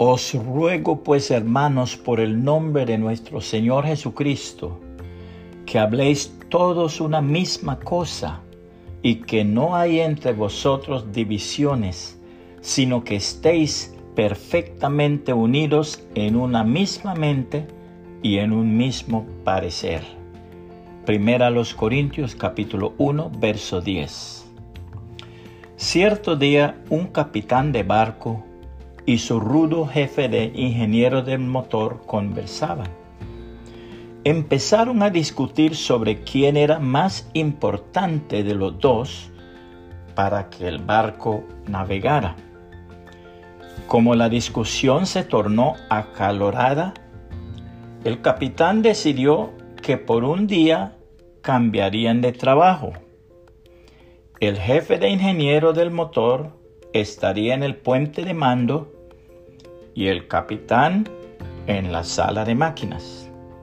Os ruego pues, hermanos, por el nombre de nuestro Señor Jesucristo, que habléis todos una misma cosa, y que no hay entre vosotros divisiones, sino que estéis perfectamente unidos en una misma mente y en un mismo parecer. Primera a los Corintios capítulo 1, verso 10. Cierto día un capitán de barco y su rudo jefe de ingeniero del motor conversaban. Empezaron a discutir sobre quién era más importante de los dos para que el barco navegara. Como la discusión se tornó acalorada, el capitán decidió que por un día cambiarían de trabajo. El jefe de ingeniero del motor estaría en el puente de mando y el capitán en la sala de máquinas.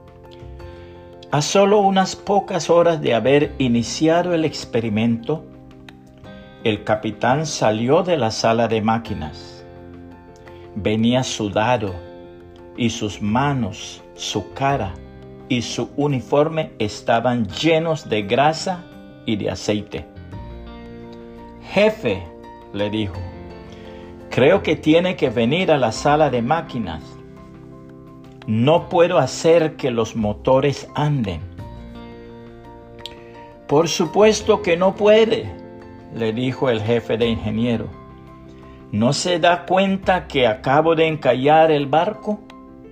A solo unas pocas horas de haber iniciado el experimento, el capitán salió de la sala de máquinas. Venía sudado y sus manos, su cara y su uniforme estaban llenos de grasa y de aceite. «Jefe», le dijo, «creo que tiene que venir a la sala de máquinas. No puedo hacer que los motores anden». «Por supuesto que no puede», le dijo el jefe de ingeniero. «¿No se da cuenta que acabo de encallar el barco?»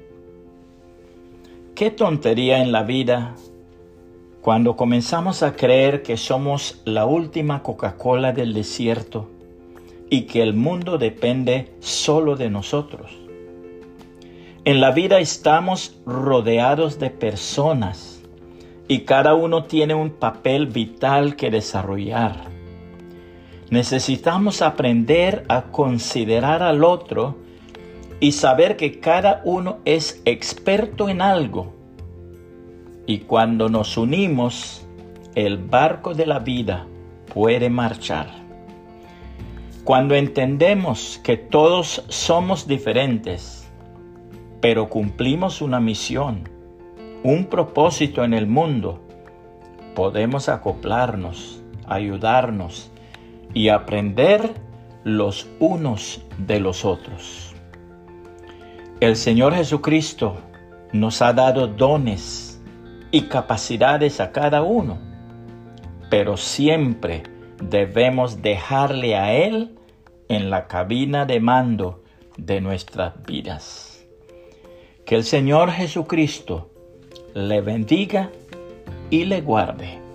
Qué tontería en la vida cuando comenzamos a creer que somos la última Coca-Cola del desierto y que el mundo depende solo de nosotros. En la vida estamos rodeados de personas y cada uno tiene un papel vital que desarrollar. Necesitamos aprender a considerar al otro y saber que cada uno es experto en algo. Y cuando nos unimos, el barco de la vida puede marchar. Cuando entendemos que todos somos diferentes, pero cumplimos una misión, un propósito en el mundo, podemos acoplarnos, ayudarnos y aprender los unos de los otros. El Señor Jesucristo nos ha dado dones y capacidades a cada uno, pero siempre debemos dejarle a Él en la cabina de mando de nuestras vidas. Que el Señor Jesucristo le bendiga y le guarde.